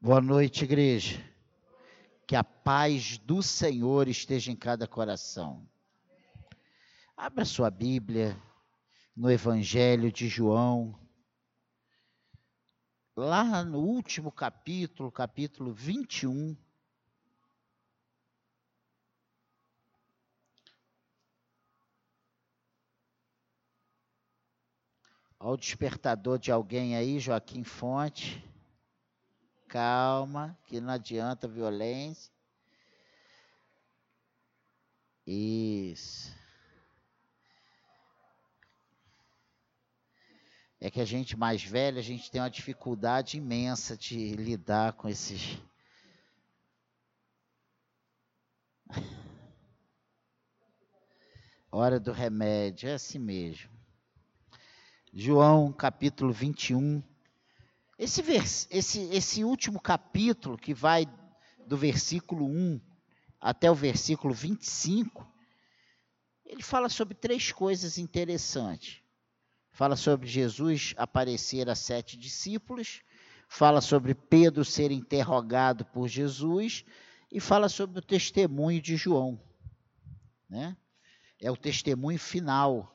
Boa noite, igreja. Que a paz do Senhor esteja em cada coração. Abra sua Bíblia no Evangelho de João, lá no último capítulo, capítulo 21. Olha o despertador de alguém aí, Joaquim Fonte. Calma, que não adianta violência. Isso. É que a gente mais velha, a gente tem uma dificuldade imensa de lidar com esses... Hora do remédio, é assim mesmo. João, capítulo 21. Esse último capítulo, que vai do versículo 1 até o versículo 25, ele fala sobre três coisas interessantes. Fala sobre Jesus aparecer a 7 discípulos, fala sobre Pedro ser interrogado por Jesus e fala sobre o testemunho de João, né? É o testemunho final.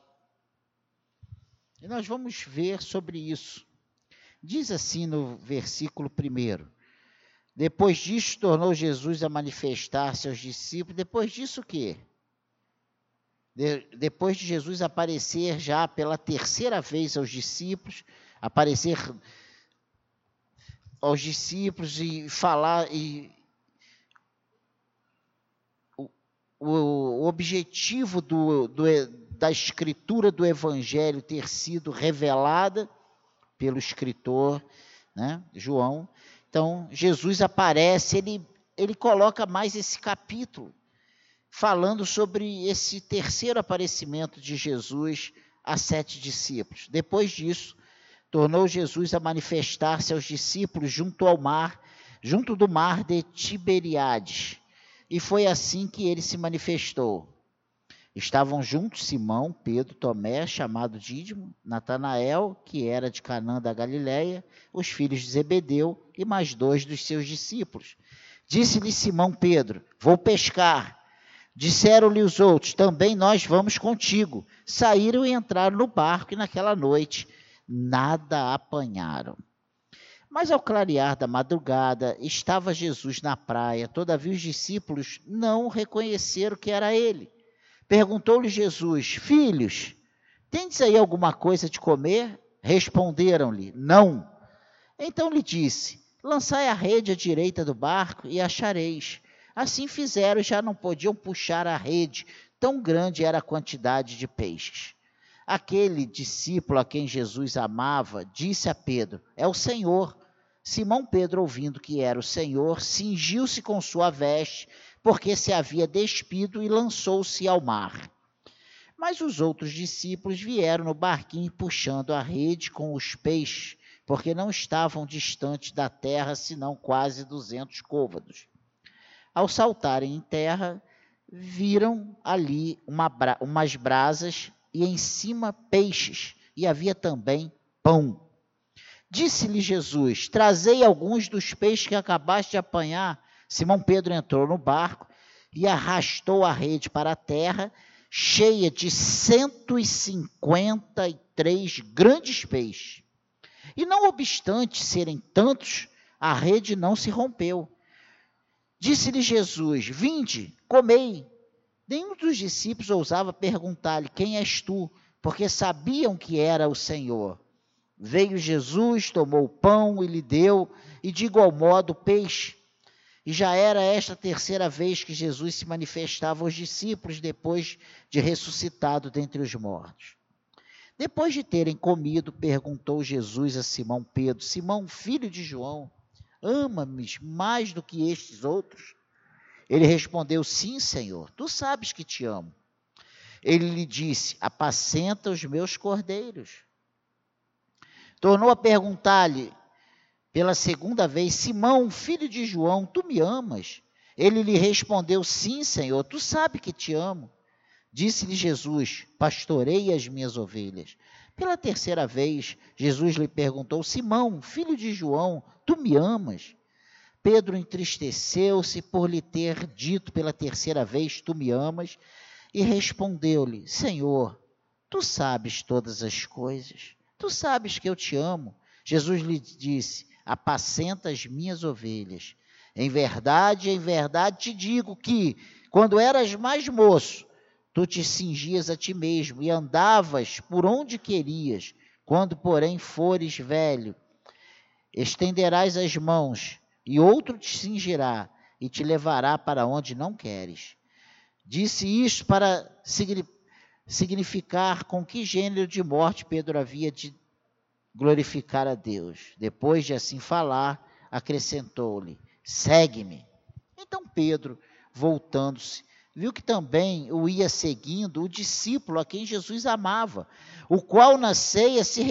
E nós vamos ver sobre isso. Diz assim no versículo 1: Depois disso, tornou Jesus a manifestar-se aos discípulos. Depois disso o quê? Depois de Jesus aparecer já pela terceira vez aos discípulos, aparecer aos discípulos e falar, o objetivo da escritura do Evangelho ter sido revelada pelo escritor, né, João. Então, Jesus aparece, ele coloca mais esse capítulo, falando sobre esse terceiro aparecimento de Jesus a 7 discípulos. Depois disso, tornou Jesus a manifestar-se aos discípulos junto do mar de Tiberíades. E foi assim que ele se manifestou. Estavam juntos Simão, Pedro, Tomé, chamado Dídimo, Natanael, que era de Canaã da Galileia, os filhos de Zebedeu e mais 2 dos seus discípulos. Disse-lhe Simão Pedro: Vou pescar. Disseram-lhe os outros: Também nós vamos contigo. Saíram e entraram no barco, e naquela noite nada apanharam. Mas ao clarear da madrugada, estava Jesus na praia. Todavia os discípulos não reconheceram que era ele. Perguntou-lhe Jesus: Filhos, tendes aí alguma coisa de comer? Responderam-lhe: Não. Então lhe disse: Lançai a rede à direita do barco e achareis. Assim fizeram e já não podiam puxar a rede, tão grande era a quantidade de peixes. Aquele discípulo a quem Jesus amava disse a Pedro: É o Senhor. Simão Pedro, ouvindo que era o Senhor, cingiu-se com sua veste, porque se havia despido, e lançou-se ao mar. Mas os outros discípulos vieram no barquinho puxando a rede com os peixes, porque não estavam distantes da terra, senão quase 200 côvados. Ao saltarem em terra, viram ali umas brasas e em cima peixes, e havia também pão. Disse-lhe Jesus: Trazei alguns dos peixes que acabaste de apanhar. Simão Pedro entrou no barco e arrastou a rede para a terra, cheia de 153 grandes peixes. E não obstante serem tantos, a rede não se rompeu. Disse-lhe Jesus: Vinde, comei. Nenhum dos discípulos ousava perguntar-lhe: Quem és tu? Porque sabiam que era o Senhor. Veio Jesus, tomou o pão e lhe deu, e de igual modo o peixe. E já era esta a terceira vez que Jesus se manifestava aos discípulos, depois de ressuscitado dentre os mortos. Depois de terem comido, perguntou Jesus a Simão Pedro: Simão, filho de João, ama-me mais do que estes outros? Ele respondeu: Sim, Senhor, tu sabes que te amo. Ele lhe disse: Apacenta os meus cordeiros. Tornou a perguntar-lhe pela segunda vez: Simão, filho de João, tu me amas? Ele lhe respondeu: Sim, Senhor, tu sabes que te amo. Disse-lhe Jesus: Pastorei as minhas ovelhas. Pela terceira vez, Jesus lhe perguntou: Simão, filho de João, tu me amas? Pedro entristeceu-se por lhe ter dito pela terceira vez, tu me amas, e respondeu-lhe, Senhor, tu sabes todas as coisas, tu sabes que eu te amo. Jesus lhe disse, apacenta as minhas ovelhas. Em verdade te digo que, quando eras mais moço, tu te cingias a ti mesmo e andavas por onde querias. Quando, porém, fores velho, estenderás as mãos, e outro te cingirá e te levará para onde não queres. Disse isso para significar com que gênero de morte Pedro havia de glorificar a Deus. Depois de assim falar, acrescentou-lhe, segue-me. Então Pedro, voltando-se, viu que também o ia seguindo o discípulo a quem Jesus amava, o qual na ceia se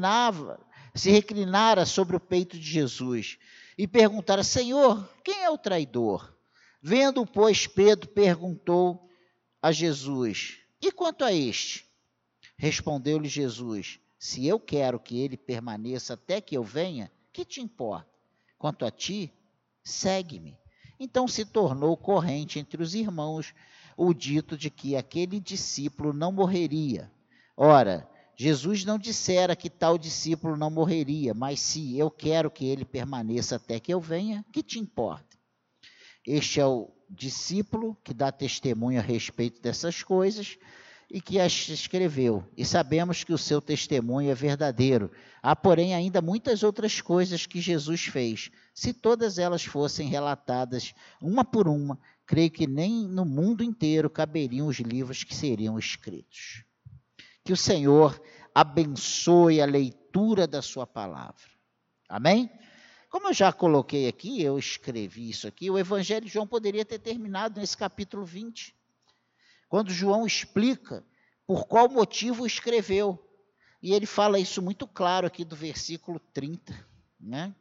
reclinara sobre o peito de Jesus e perguntara, Senhor, quem é o traidor? Vendo, pois, Pedro perguntou a Jesus, e quanto a este? Respondeu-lhe Jesus, se eu quero que ele permaneça até que eu venha, que te importa? Quanto a ti, segue-me. Então se tornou corrente entre os irmãos o dito de que aquele discípulo não morreria. Ora, Jesus não dissera que tal discípulo não morreria, mas se eu quero que ele permaneça até que eu venha, que te importa? Este é o discípulo que dá testemunho a respeito dessas coisas e que as escreveu. E sabemos que o seu testemunho é verdadeiro. Há, porém, ainda muitas outras coisas que Jesus fez. Se todas elas fossem relatadas uma por uma, creio que nem no mundo inteiro caberiam os livros que seriam escritos. Que o Senhor abençoe a leitura da sua palavra. Amém? Como eu já coloquei aqui, eu escrevi isso aqui, o Evangelho de João poderia ter terminado nesse capítulo 20, quando João explica por qual motivo escreveu. E ele fala isso muito claro aqui do versículo 30, né?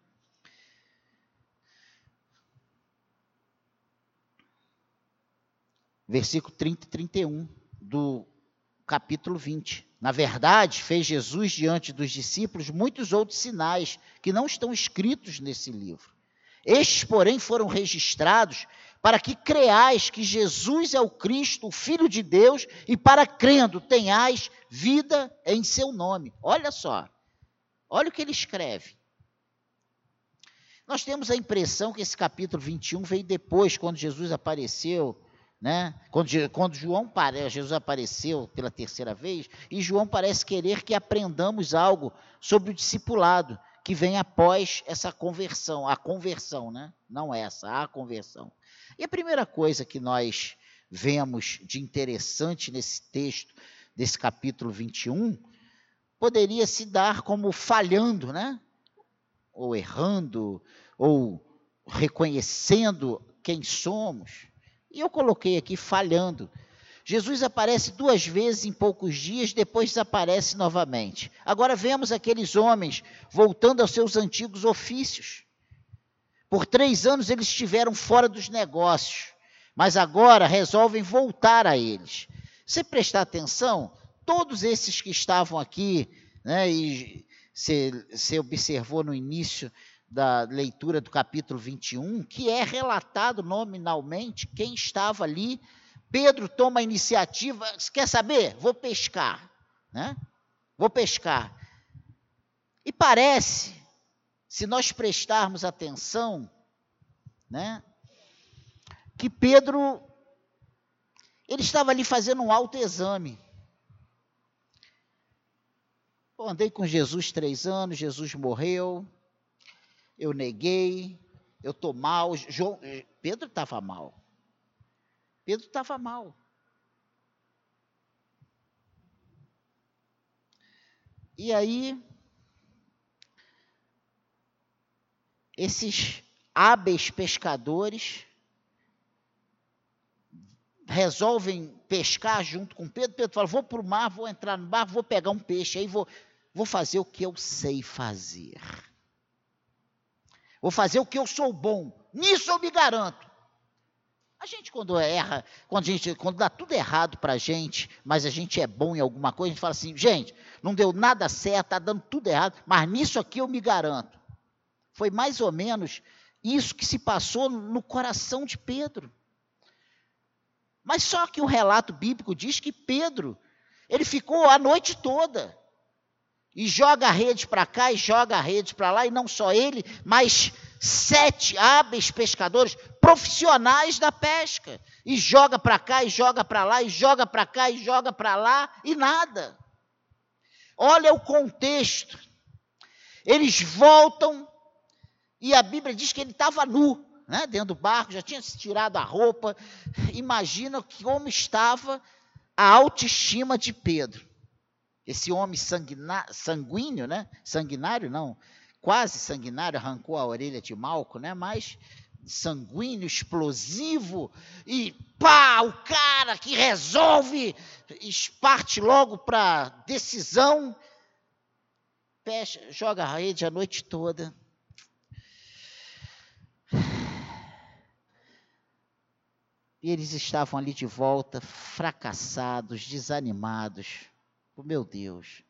Versículo 30 e 31 do capítulo 20. Na verdade, fez Jesus diante dos discípulos muitos outros sinais que não estão escritos nesse livro. Estes, porém, foram registrados para que creais que Jesus é o Cristo, o Filho de Deus, e para crendo tenhais vida em seu nome. Olha só, olha o que ele escreve. Nós temos a impressão que esse capítulo 21 veio depois, quando Jesus apareceu, né? Quando Jesus apareceu pela terceira vez, e João parece querer que aprendamos algo sobre o discipulado, que vem após essa conversão, a conversão, né? Não essa, a conversão. E a primeira coisa que nós vemos de interessante nesse texto, desse capítulo 21, poderia se dar como falhando, né? Ou errando, ou reconhecendo quem somos. E eu coloquei aqui falhando. Jesus aparece 2 vezes em poucos dias, depois desaparece novamente. Agora vemos aqueles homens voltando aos seus antigos ofícios. Por 3 anos eles estiveram fora dos negócios, mas agora resolvem voltar a eles. Se prestar atenção, todos esses que estavam aqui, né, e você observou no início da leitura do capítulo 21, que é relatado nominalmente quem estava ali. Pedro toma a iniciativa, quer saber? Vou pescar, né? Vou pescar. E parece, se nós prestarmos atenção, né, que Pedro, ele estava ali fazendo um autoexame. Eu andei com Jesus 3 anos, Jesus morreu, eu neguei, eu estou mal. Pedro estava mal. Pedro estava mal. E aí, esses hábeis pescadores resolvem pescar junto com Pedro. Pedro fala, vou para o mar, vou entrar no barco, vou pegar um peixe, aí vou fazer o que eu sei fazer. Vou fazer o que eu sou bom. Nisso eu me garanto. A gente quando erra, quando dá tudo errado para a gente, mas a gente é bom em alguma coisa, a gente fala assim, gente, não deu nada certo, está dando tudo errado, mas nisso aqui eu me garanto. Foi mais ou menos isso que se passou no coração de Pedro. Mas só que o relato bíblico diz que Pedro, ele ficou a noite toda. E joga a rede para cá e joga a rede para lá. E não só ele, mas 7 hábeis pescadores profissionais da pesca. E joga para cá e joga para lá, e joga para cá e joga para lá, e nada. Olha o contexto. Eles voltam e a Bíblia diz que ele estava nu, né, dentro do barco, já tinha se tirado a roupa. Imagina como estava a autoestima de Pedro. Esse homem sanguíneo, né? Sanguinário não, quase sanguinário, arrancou a orelha de Malco, né? Mas sanguíneo, explosivo, e pá, o cara que resolve, parte logo para decisão, joga a rede a noite toda. E eles estavam ali de volta, fracassados, desanimados. Oh, meu Deus.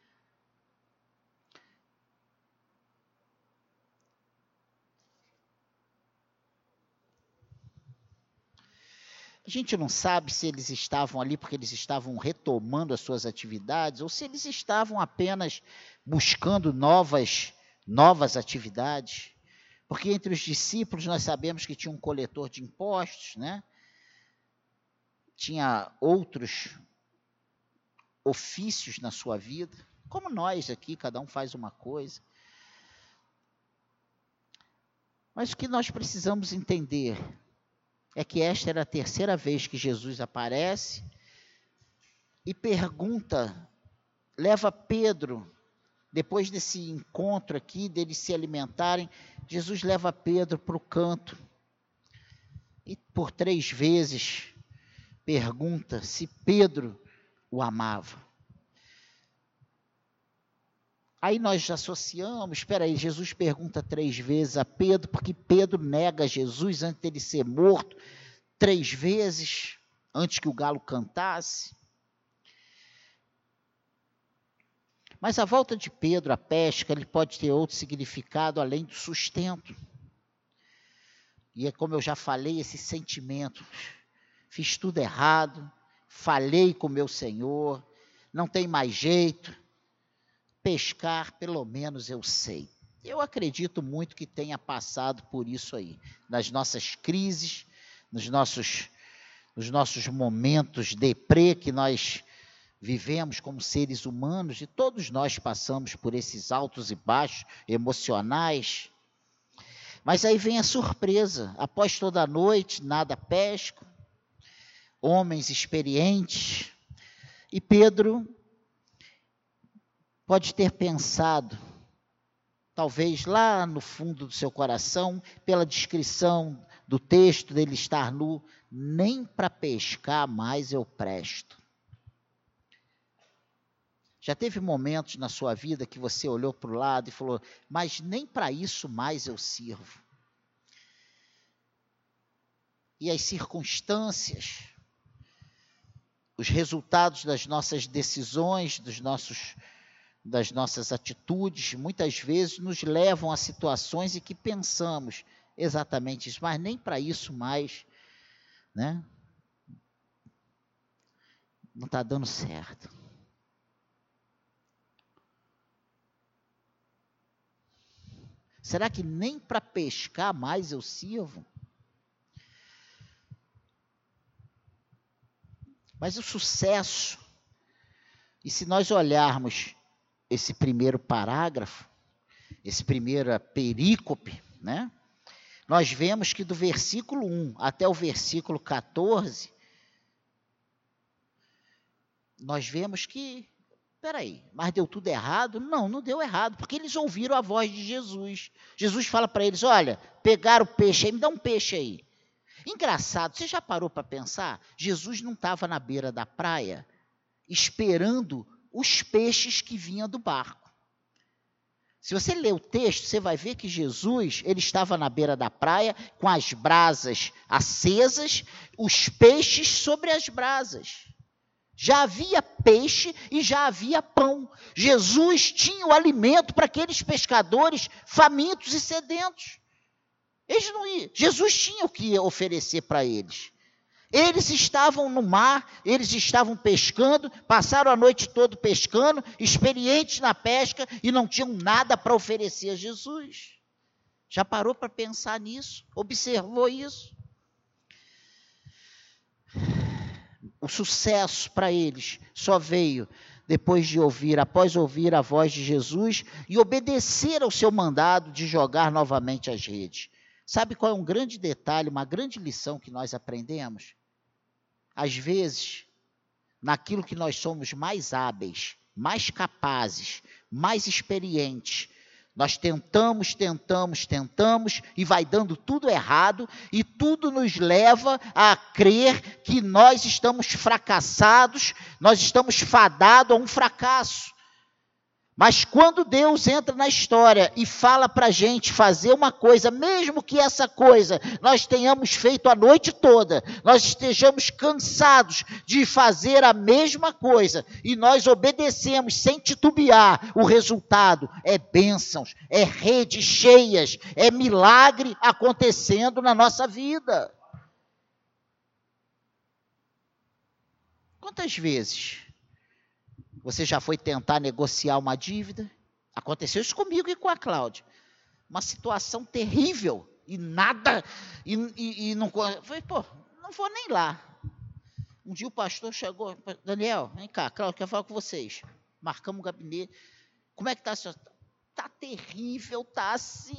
A gente não sabe se eles estavam ali porque eles estavam retomando as suas atividades ou se eles estavam apenas buscando novas atividades. Porque entre os discípulos nós sabemos que tinha um coletor de impostos, né? Tinha outros ofícios na sua vida, como nós aqui, cada um faz uma coisa. Mas o que nós precisamos entender é que esta era a terceira vez que Jesus aparece e pergunta, leva Pedro, depois desse encontro aqui, deles se alimentarem, Jesus leva Pedro para o canto e por 3 vezes pergunta se Pedro o amava. Aí nós associamos, espera aí, Jesus pergunta 3 vezes a Pedro, porque Pedro nega Jesus antes dele ser morto 3 vezes, antes que o galo cantasse. Mas a volta de Pedro à pesca, ele pode ter outro significado além do sustento. E é como eu já falei, esse sentimento, fiz tudo errado, falhei com meu Senhor, não tem mais jeito, pescar pelo menos eu sei. Eu acredito muito que tenha passado por isso aí, nas nossas crises, nos nossos momentos deprê que nós vivemos como seres humanos, e todos nós passamos por esses altos e baixos emocionais. Mas aí vem a surpresa, após toda a noite, nada pesca, homens experientes, e Pedro pode ter pensado, talvez lá no fundo do seu coração, pela descrição do texto dele estar nu, nem para pescar mais eu presto. Já teve momentos na sua vida que você olhou para o lado e falou, mas nem para isso mais eu sirvo. E as circunstâncias, os resultados das nossas decisões, das nossas atitudes, muitas vezes nos levam a situações em que pensamos exatamente isso, mas nem para isso mais, né? Não está dando certo. Será que nem para pescar mais eu sirvo? Mas o sucesso, e se nós olharmos esse primeiro parágrafo, esse primeira perícope, né? Nós vemos que do versículo 1 até o versículo 14, nós vemos que, peraí, mas deu tudo errado? Não, não deu errado, porque eles ouviram a voz de Jesus. Jesus fala para eles, olha, pegaram o peixe aí, me dá um peixe aí. Engraçado, você já parou para pensar? Jesus não estava na beira da praia esperando os peixes que vinham do barco. Se você ler o texto, você vai ver que Jesus, ele estava na beira da praia com as brasas acesas, os peixes sobre as brasas. Já havia peixe e já havia pão. Jesus tinha o alimento para aqueles pescadores famintos e sedentos. Eles não iam. Jesus tinha o que oferecer para eles. Eles estavam no mar, eles estavam pescando, passaram a noite toda pescando, experientes na pesca, e não tinham nada para oferecer a Jesus. Já parou para pensar nisso? Observou isso? O sucesso para eles só veio após ouvir a voz de Jesus e obedecer ao seu mandado de jogar novamente as redes. Sabe qual é um grande detalhe, uma grande lição que nós aprendemos? Às vezes, naquilo que nós somos mais hábeis, mais capazes, mais experientes, nós tentamos e vai dando tudo errado e tudo nos leva a crer que nós estamos fracassados, nós estamos fadados a um fracasso. Mas quando Deus entra na história e fala para a gente fazer uma coisa, mesmo que essa coisa nós tenhamos feito a noite toda, nós estejamos cansados de fazer a mesma coisa, e nós obedecemos sem titubear, o resultado é bênçãos, é redes cheias, é milagre acontecendo na nossa vida. Quantas vezes você já foi tentar negociar uma dívida? Aconteceu isso comigo e com a Cláudia. Uma situação terrível. E nada. E não. Falei, não vou nem lá. Um dia o pastor chegou. Daniel, vem cá, Cláudia, quero falar com vocês. Marcamos o gabinete. Como é que está a senhora? Está terrível, está assim.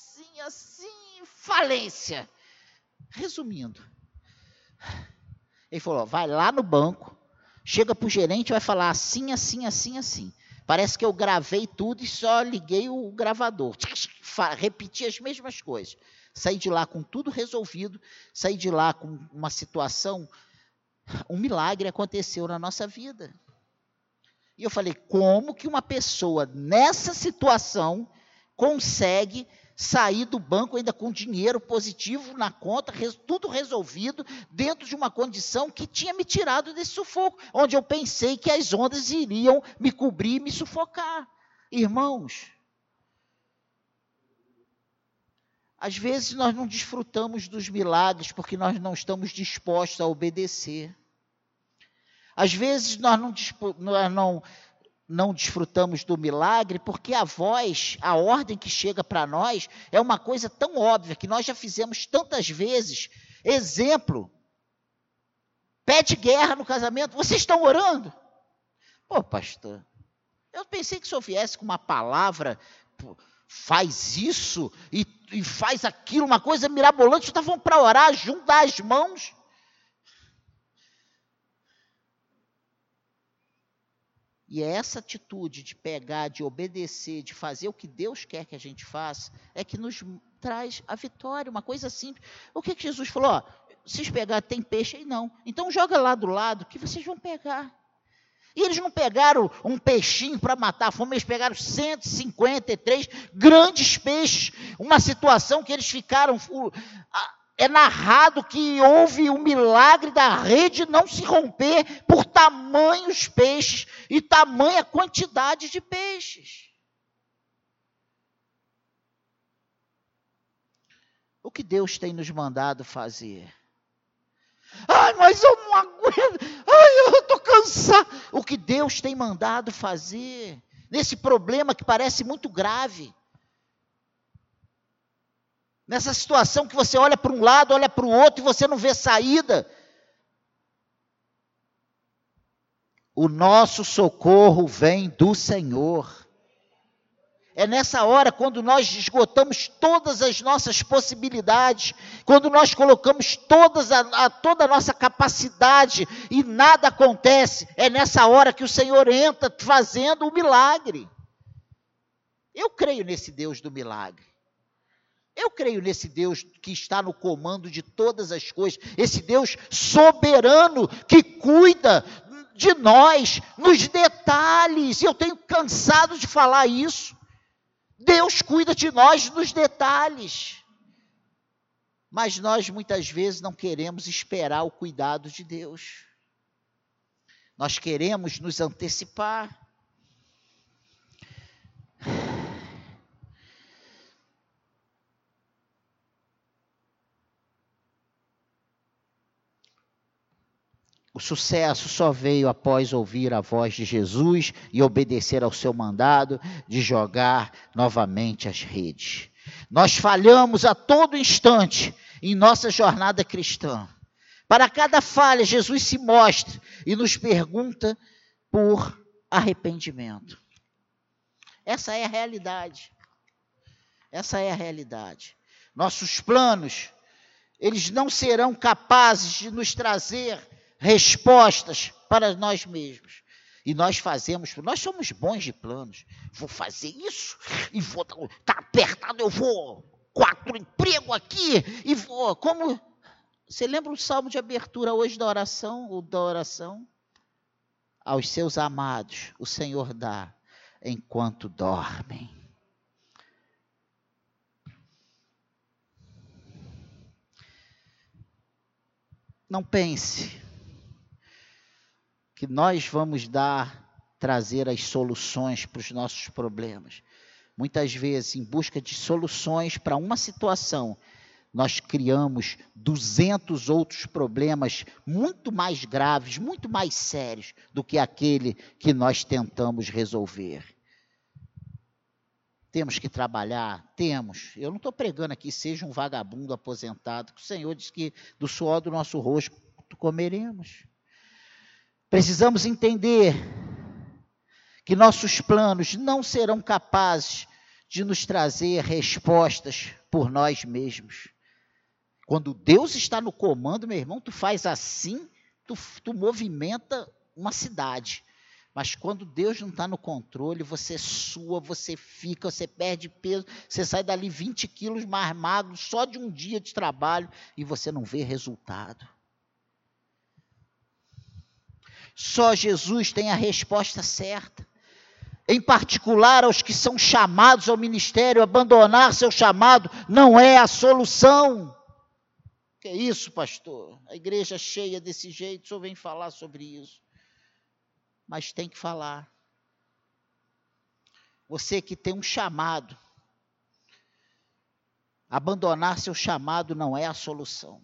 Falência. Resumindo. Ele falou, vai lá no banco. Chega para o gerente e vai falar assim. Parece que eu gravei tudo e só liguei o gravador. Repeti as mesmas coisas. Saí de lá com tudo resolvido, saí de lá com uma situação, um milagre aconteceu na nossa vida. E eu falei, como que uma pessoa nessa situação consegue sair do banco ainda com dinheiro positivo na conta, tudo resolvido, dentro de uma condição que tinha me tirado desse sufoco, onde eu pensei que as ondas iriam me cobrir e me sufocar. Irmãos, às vezes nós não desfrutamos dos milagres porque nós não estamos dispostos a obedecer. Às vezes nós não desfrutamos do milagre, porque a voz, a ordem que chega para nós, é uma coisa tão óbvia, que nós já fizemos tantas vezes. Exemplo, pede guerra no casamento, vocês estão orando? Pastor, eu pensei que se eu viesse com uma palavra, faz isso e faz aquilo, uma coisa mirabolante, vocês estavam para orar, juntar as mãos. E é essa atitude de pegar, de obedecer, de fazer o que Deus quer que a gente faça, é que nos traz a vitória, uma coisa simples. O que Jesus falou? Vocês pegarem, tem peixe aí? Não. Então joga lá do lado, que vocês vão pegar. E eles não pegaram um peixinho para matar a fome, eles pegaram 153 grandes peixes. Uma situação que eles ficaram... É narrado que houve um milagre da rede não se romper por tamanhos peixes e tamanha quantidade de peixes. O que Deus tem nos mandado fazer? Mas eu não aguento. Eu estou cansado. O que Deus tem mandado fazer nesse problema que parece muito grave? Nessa situação que você olha para um lado, olha para o outro e você não vê saída. O nosso socorro vem do Senhor. É nessa hora, quando nós esgotamos todas as nossas possibilidades, quando nós colocamos toda a nossa capacidade e nada acontece, é nessa hora que o Senhor entra fazendo o milagre. Eu creio nesse Deus do milagre. Eu creio nesse Deus que está no comando de todas as coisas, esse Deus soberano que cuida de nós nos detalhes. Eu tenho cansado de falar isso. Deus cuida de nós nos detalhes. Mas nós muitas vezes não queremos esperar o cuidado de Deus. Nós queremos nos antecipar. O sucesso só veio após ouvir a voz de Jesus e obedecer ao seu mandado de jogar novamente as redes. Nós falhamos a todo instante em nossa jornada cristã. Para cada falha, Jesus se mostra e nos pergunta por arrependimento. Essa é a realidade. Essa é a realidade. Nossos planos, eles não serão capazes de nos trazer respostas para nós mesmos. E nós somos bons de planos. Vou fazer isso e vou, tá apertado, eu vou, 4 empregos aqui e vou. Como você lembra o salmo de abertura hoje da oração? Aos seus amados o Senhor dá enquanto dormem. Não pense que nós vamos trazer as soluções para os nossos problemas. Muitas vezes, em busca de soluções para uma situação, nós criamos 200 outros problemas muito mais graves, muito mais sérios do que aquele que nós tentamos resolver. Temos que trabalhar? Temos. Eu não estou pregando aqui, seja um vagabundo aposentado, que o Senhor diz que do suor do nosso rosto comeremos. Precisamos entender que nossos planos não serão capazes de nos trazer respostas por nós mesmos. Quando Deus está no comando, meu irmão, tu faz assim, tu movimenta uma cidade. Mas quando Deus não está no controle, você sua, você fica, você perde peso, você sai dali 20 quilos mais magro só de um dia de trabalho e você não vê resultado. Só Jesus tem a resposta certa. Em particular, aos que são chamados ao ministério, abandonar seu chamado não é a solução. Que é isso, pastor? A igreja cheia desse jeito, o senhor vem falar sobre isso. Mas tem que falar. Você que tem um chamado, abandonar seu chamado não é a solução.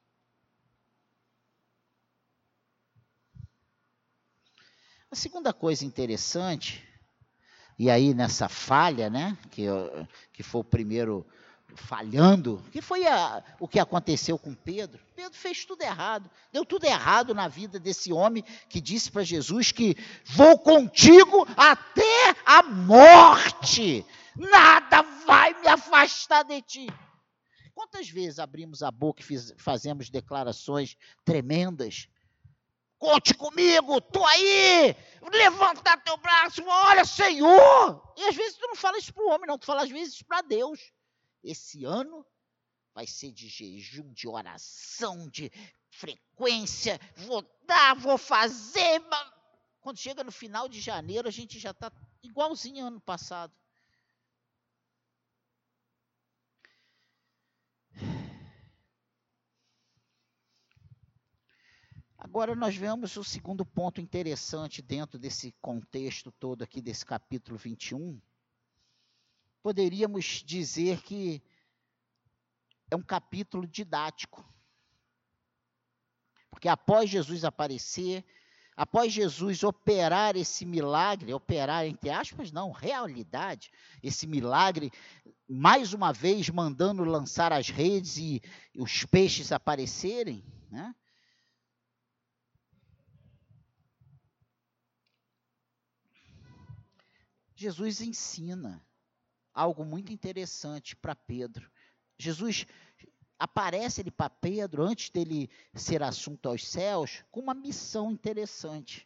A segunda coisa interessante, e aí nessa falha, né, que foi o primeiro falhando, que foi o que aconteceu com Pedro. Pedro fez tudo errado, deu tudo errado na vida desse homem que disse para Jesus que vou contigo até a morte, nada vai me afastar de ti. Quantas vezes abrimos a boca e fazemos declarações tremendas? Conte comigo, estou aí, levanta teu braço, olha, Senhor. E às vezes tu não fala isso para o homem, não, tu fala às vezes para Deus. Esse ano vai ser de jejum, de oração, de frequência, vou fazer. Quando chega no final de janeiro, a gente já está igualzinho ao ano passado. Agora nós vemos o segundo ponto interessante dentro desse contexto todo aqui, desse capítulo 21. Poderíamos dizer que é um capítulo didático. Porque após Jesus aparecer, após Jesus operar esse milagre, operar entre aspas, não, realidade, esse milagre, mais uma vez mandando lançar as redes e os peixes aparecerem, né? Jesus ensina algo muito interessante para Pedro. Jesus aparece para Pedro, antes dele ser assunto aos céus, com uma missão interessante.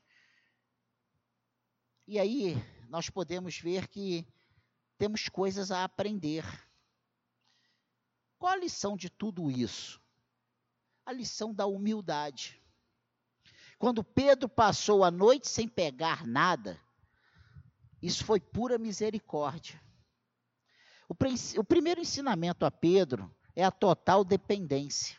E aí nós podemos ver que temos coisas a aprender. Qual a lição de tudo isso? A lição da humildade. Quando Pedro passou a noite sem pegar nada, isso foi pura misericórdia. O primeiro ensinamento a Pedro é a total dependência.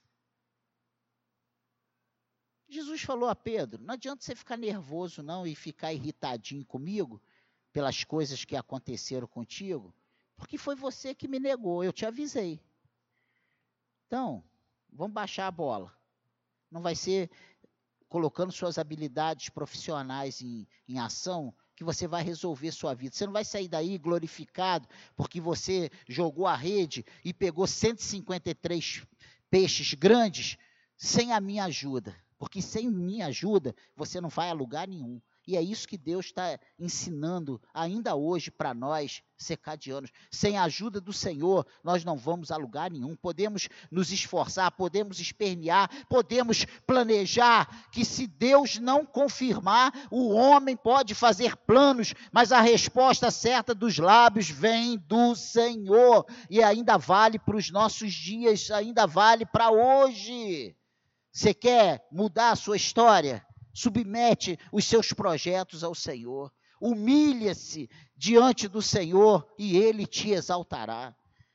Jesus falou a Pedro, não adianta você ficar nervoso não e ficar irritadinho comigo pelas coisas que aconteceram contigo, porque foi você que me negou, eu te avisei. Então, vamos baixar a bola. Não vai ser colocando suas habilidades profissionais em ação, que você vai resolver sua vida. Você não vai sair daí glorificado porque você jogou a rede e pegou 153 peixes grandes sem a minha ajuda. Porque sem minha ajuda, você não vai a lugar nenhum. E é isso que Deus está ensinando ainda hoje para nós, secadianos. Sem a ajuda do Senhor, nós não vamos a lugar nenhum. Podemos nos esforçar, podemos espernear, podemos planejar, que se Deus não confirmar, o homem pode fazer planos, mas a resposta certa dos lábios vem do Senhor. E ainda vale para os nossos dias, ainda vale para hoje. Você quer mudar a sua história? Submete os seus projetos ao Senhor. Humilha-se diante do Senhor e Ele te exaltará.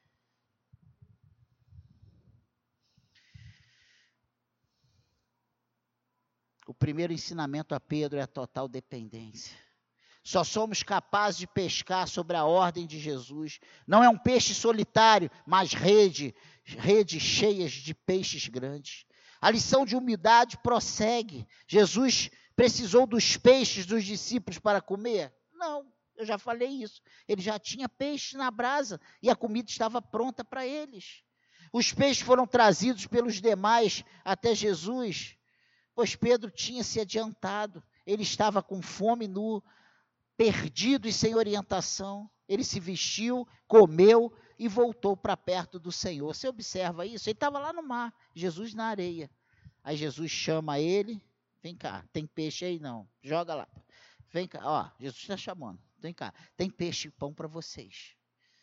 O primeiro ensinamento a Pedro é a total dependência. Só somos capazes de pescar sobre a ordem de Jesus. Não é um peixe solitário, mas redes cheias de peixes grandes. A lição de humildade prossegue. Jesus precisou dos peixes dos discípulos para comer? Não, eu já falei isso. Ele já tinha peixe na brasa e a comida estava pronta para eles. Os peixes foram trazidos pelos demais até Jesus, pois Pedro tinha se adiantado. Ele estava com fome, nu, perdido e sem orientação. Ele se vestiu, comeu e voltou para perto do Senhor. Você observa isso? Ele estava lá no mar, Jesus na areia. Aí Jesus chama ele, vem cá, tem peixe aí não, joga lá. Vem cá, ó, Jesus está chamando, vem cá, tem peixe e pão para vocês.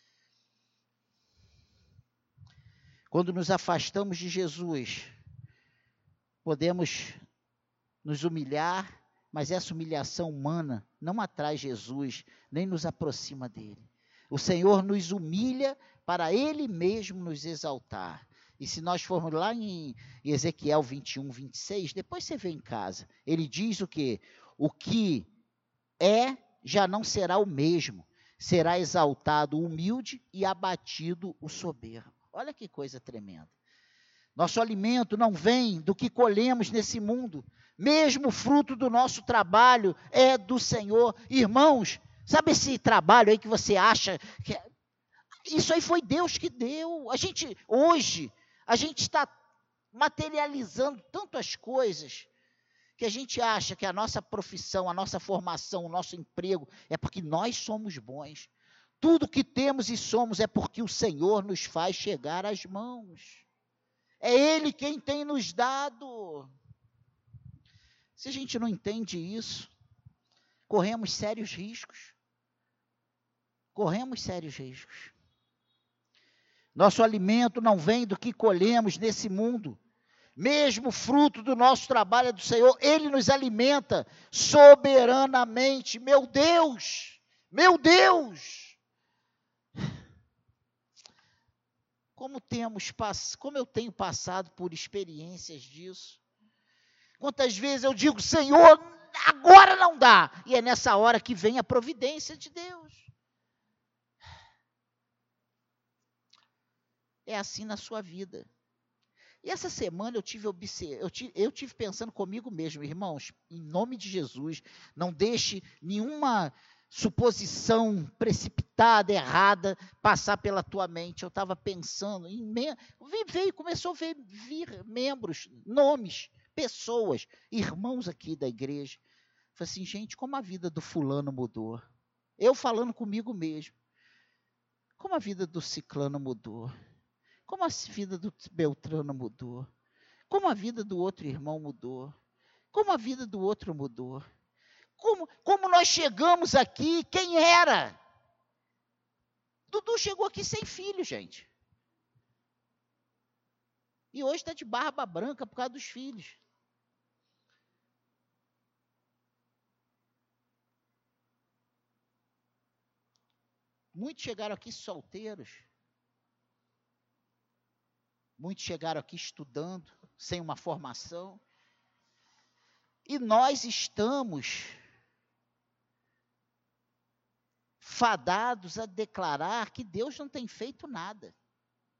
Quando nos afastamos de Jesus, podemos nos humilhar, mas essa humilhação humana não atrai Jesus, nem nos aproxima dele. O Senhor nos humilha para Ele mesmo nos exaltar. E se nós formos lá em Ezequiel 21, 26, depois você vê em casa, ele diz o quê? O que é já não será o mesmo, será exaltado o humilde e abatido o soberbo. Olha que coisa tremenda. Nosso alimento não vem do que colhemos nesse mundo, mesmo o fruto do nosso trabalho é do Senhor. Irmãos, sabe esse trabalho aí que você acha que isso aí foi Deus que deu? Hoje, a gente está materializando tantas coisas que a gente acha que a nossa profissão, a nossa formação, o nosso emprego é porque nós somos bons. Tudo que temos e somos é porque o Senhor nos faz chegar às mãos. É Ele quem tem nos dado. Se a gente não entende isso, corremos sérios riscos. Corremos sérios riscos. Nosso alimento não vem do que colhemos nesse mundo. Mesmo o fruto do nosso trabalho é do Senhor. Ele nos alimenta soberanamente. Meu Deus! Meu Deus! Como eu tenho passado por experiências disso. Quantas vezes eu digo, Senhor, agora não dá. E é nessa hora que vem a providência de Deus. É assim na sua vida. E essa semana eu tive pensando comigo mesmo, irmãos, em nome de Jesus, não deixe nenhuma suposição precipitada, errada, passar pela tua mente. Eu estava pensando começou a vir membros, nomes, pessoas, irmãos aqui da igreja. Falei assim, gente, como a vida do fulano mudou. Eu falando comigo mesmo. Como a vida do ciclano mudou. Como a vida do Beltrano mudou. Como a vida do outro irmão mudou. Como a vida do outro mudou. Como nós chegamos aqui, quem era? Dudu chegou aqui sem filho, gente. E hoje está de barba branca por causa dos filhos. Muitos chegaram aqui solteiros. Muitos chegaram aqui estudando, sem uma formação. E nós estamos fadados a declarar que Deus não tem feito nada.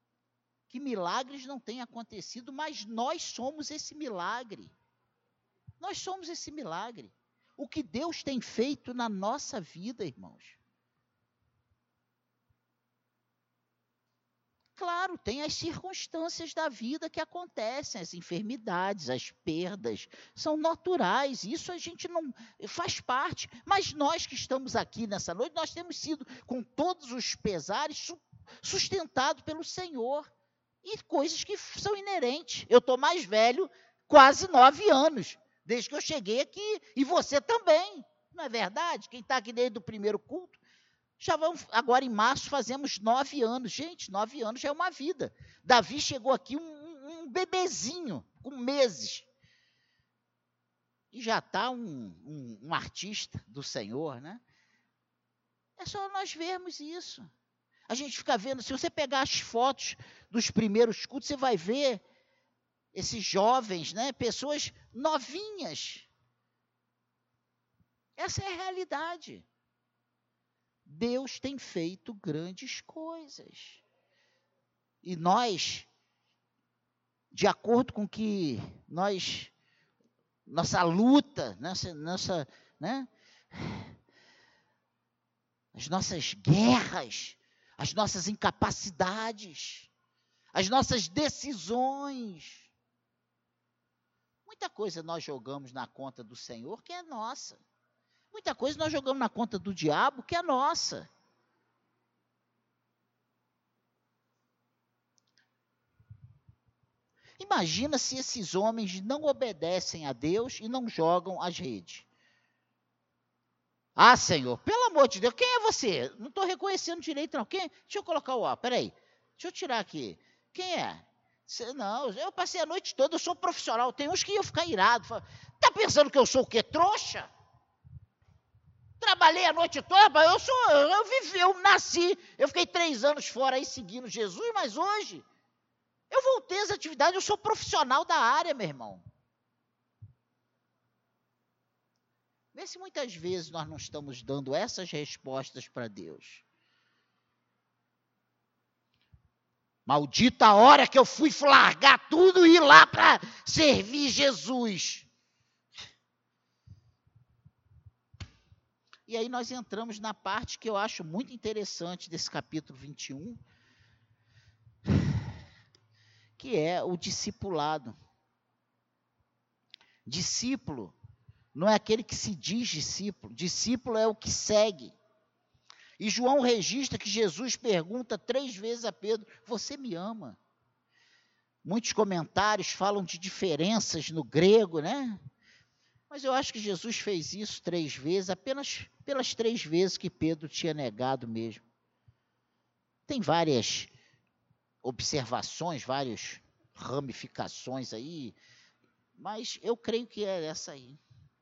Que milagres não têm acontecido, mas nós somos esse milagre. Nós somos esse milagre. O que Deus tem feito na nossa vida, irmãos. Claro, tem as circunstâncias da vida que acontecem, as enfermidades, as perdas, são naturais, isso a gente não faz parte. Mas nós que estamos aqui nessa noite, nós temos sido, com todos os pesares, sustentados pelo Senhor. E coisas que são inerentes. Eu estou mais velho, quase 9 anos, desde que eu cheguei aqui, e você também, não é verdade? Quem está aqui desde o primeiro culto, já vamos, agora em março fazemos 9 anos. Gente, 9 anos já é uma vida. Davi chegou aqui um bebezinho, com meses. E já está um artista do Senhor, né? É só nós vermos isso. A gente fica vendo, se você pegar as fotos dos primeiros cultos, você vai ver esses jovens, né? Pessoas novinhas. Essa é a realidade. Deus tem feito grandes coisas. E nós, de acordo com que nossa luta, né, as nossas guerras, as nossas incapacidades, as nossas decisões, muita coisa nós jogamos na conta do Senhor que é nossa. Muita coisa nós jogamos na conta do diabo que é nossa. Imagina se esses homens não obedecem a Deus e não jogam as redes. Ah, Senhor, pelo amor de Deus, quem é você? Não estou reconhecendo direito, não. Quem? Deixa eu colocar o ar, peraí. Deixa eu tirar aqui. Quem é? Não, eu passei a noite toda, eu sou profissional. Tem uns que iam ficar irados. Está pensando que eu sou o quê? Trouxa? Trabalhei a noite toda, eu nasci, eu fiquei 3 anos fora aí seguindo Jesus, mas hoje eu voltei às atividades, eu sou profissional da área, meu irmão. Vê se muitas vezes nós não estamos dando essas respostas para Deus. Maldita a hora que eu fui largar tudo e ir lá para servir Jesus. E aí nós entramos na parte que eu acho muito interessante desse capítulo 21, que é o discipulado. Discípulo não é aquele que se diz discípulo, discípulo é o que segue. E João registra que Jesus pergunta 3 vezes a Pedro, você me ama? Muitos comentários falam de diferenças no grego, né? Mas eu acho que Jesus fez isso 3 vezes, apenas pelas 3 vezes que Pedro tinha negado mesmo. Tem várias observações, várias ramificações aí, mas eu creio que é essa aí.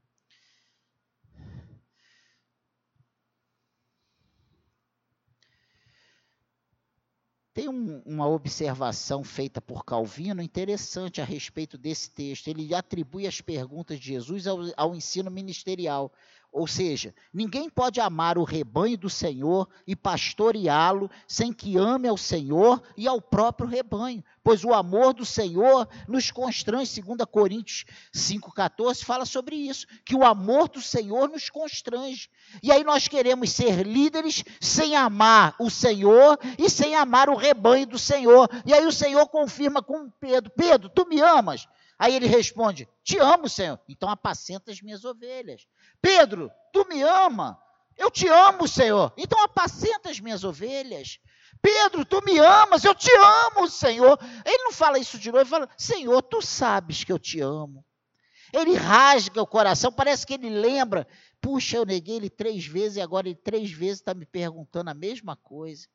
Tem uma observação feita por Calvino interessante a respeito desse texto. Ele atribui as perguntas de Jesus ao ensino ministerial. Ou seja, ninguém pode amar o rebanho do Senhor e pastoreá-lo sem que ame ao Senhor e ao próprio rebanho. Pois o amor do Senhor nos constrange. 2 Coríntios 5,14 fala sobre isso, que o amor do Senhor nos constrange. E aí nós queremos ser líderes sem amar o Senhor e sem amar o rebanho do Senhor. E aí o Senhor confirma com Pedro, Pedro, tu me amas? Aí ele responde, te amo, Senhor, então apacenta as minhas ovelhas. Pedro, tu me ama? Eu te amo, Senhor, então apacenta as minhas ovelhas. Pedro, tu me amas? Eu te amo, Senhor. Ele não fala isso de novo, ele fala, Senhor, tu sabes que eu te amo. Ele rasga o coração, parece que ele lembra, puxa, eu neguei ele 3 vezes e agora ele 3 vezes está me perguntando a mesma coisa.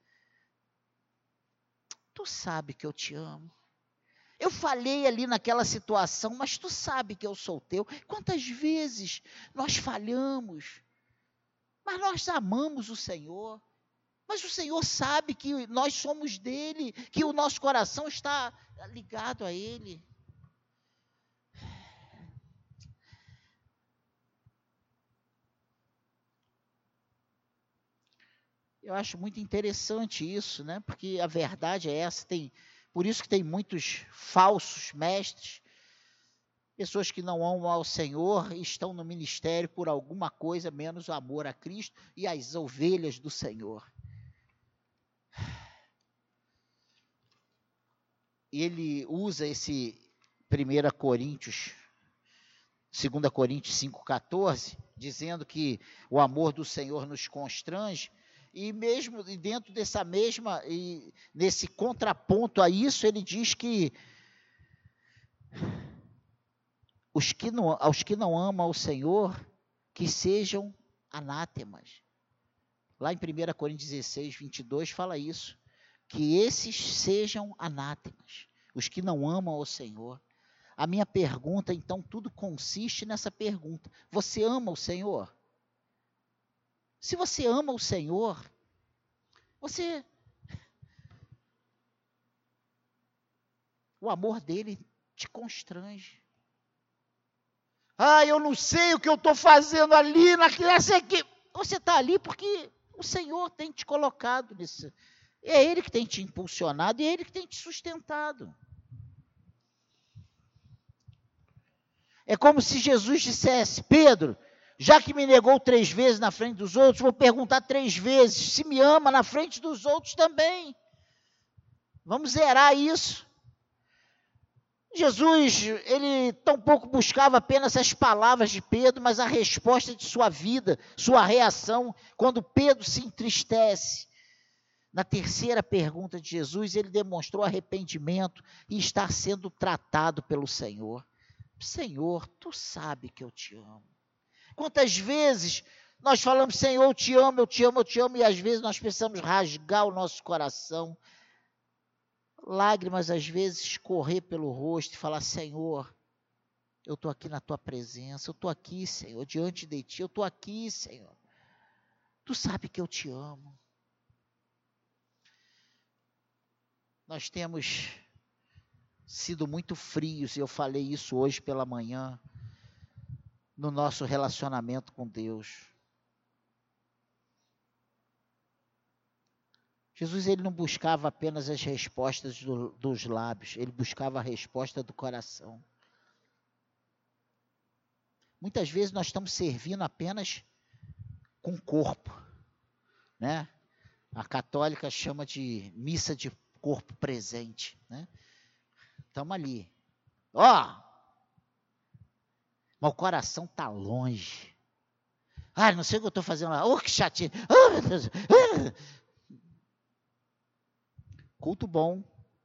Tu sabe que eu te amo. Eu falhei ali naquela situação, mas tu sabe que eu sou teu. Quantas vezes nós falhamos, mas nós amamos o Senhor. Mas o Senhor sabe que nós somos dele, que o nosso coração está ligado a ele. Eu acho muito interessante isso, né? Porque a verdade é essa, por isso que tem muitos falsos mestres. Pessoas que não amam ao Senhor estão no ministério por alguma coisa menos o amor a Cristo e às ovelhas do Senhor. E ele usa esse 2 Coríntios 5,14, dizendo que o amor do Senhor nos constrange, e mesmo dentro dessa mesma, e nesse contraponto a isso, ele diz que aos que não amam ao Senhor, que sejam anátemas. Lá em 1 Coríntios 16, 22, fala isso, que esses sejam anátemas, os que não amam ao Senhor. A minha pergunta, então, tudo consiste nessa pergunta: você ama o Senhor? Se você ama o Senhor, o amor dele te constrange. Eu não sei o que eu estou fazendo ali, nessa equipe. Você está ali porque o Senhor tem te colocado nisso. É Ele que tem te impulsionado e é Ele que tem te sustentado. É como se Jesus dissesse: Pedro, já que me negou 3 vezes na frente dos outros, vou perguntar 3 vezes se me ama na frente dos outros também. Vamos zerar isso. Jesus, ele tampouco buscava apenas as palavras de Pedro, mas a resposta de sua vida, sua reação, quando Pedro se entristece. Na terceira pergunta de Jesus, ele demonstrou arrependimento e está sendo tratado pelo Senhor. Senhor, tu sabe que eu te amo. Quantas vezes nós falamos: Senhor, eu te amo, eu te amo, eu te amo, e às vezes nós precisamos rasgar o nosso coração, lágrimas às vezes escorrer pelo rosto e falar: Senhor, eu estou aqui na tua presença, eu estou aqui, Senhor, diante de ti, eu estou aqui, Senhor. Tu sabe que eu te amo. Nós temos sido muito frios, e eu falei isso hoje pela manhã, no nosso relacionamento com Deus. Jesus, ele não buscava apenas as respostas dos lábios, ele buscava a resposta do coração. Muitas vezes nós estamos servindo apenas com o corpo, né? A católica chama de missa de corpo presente, né? Estamos ali. Mas o coração está longe. Não sei o que eu estou fazendo lá. Que chatinho. Meu Deus. Culto bom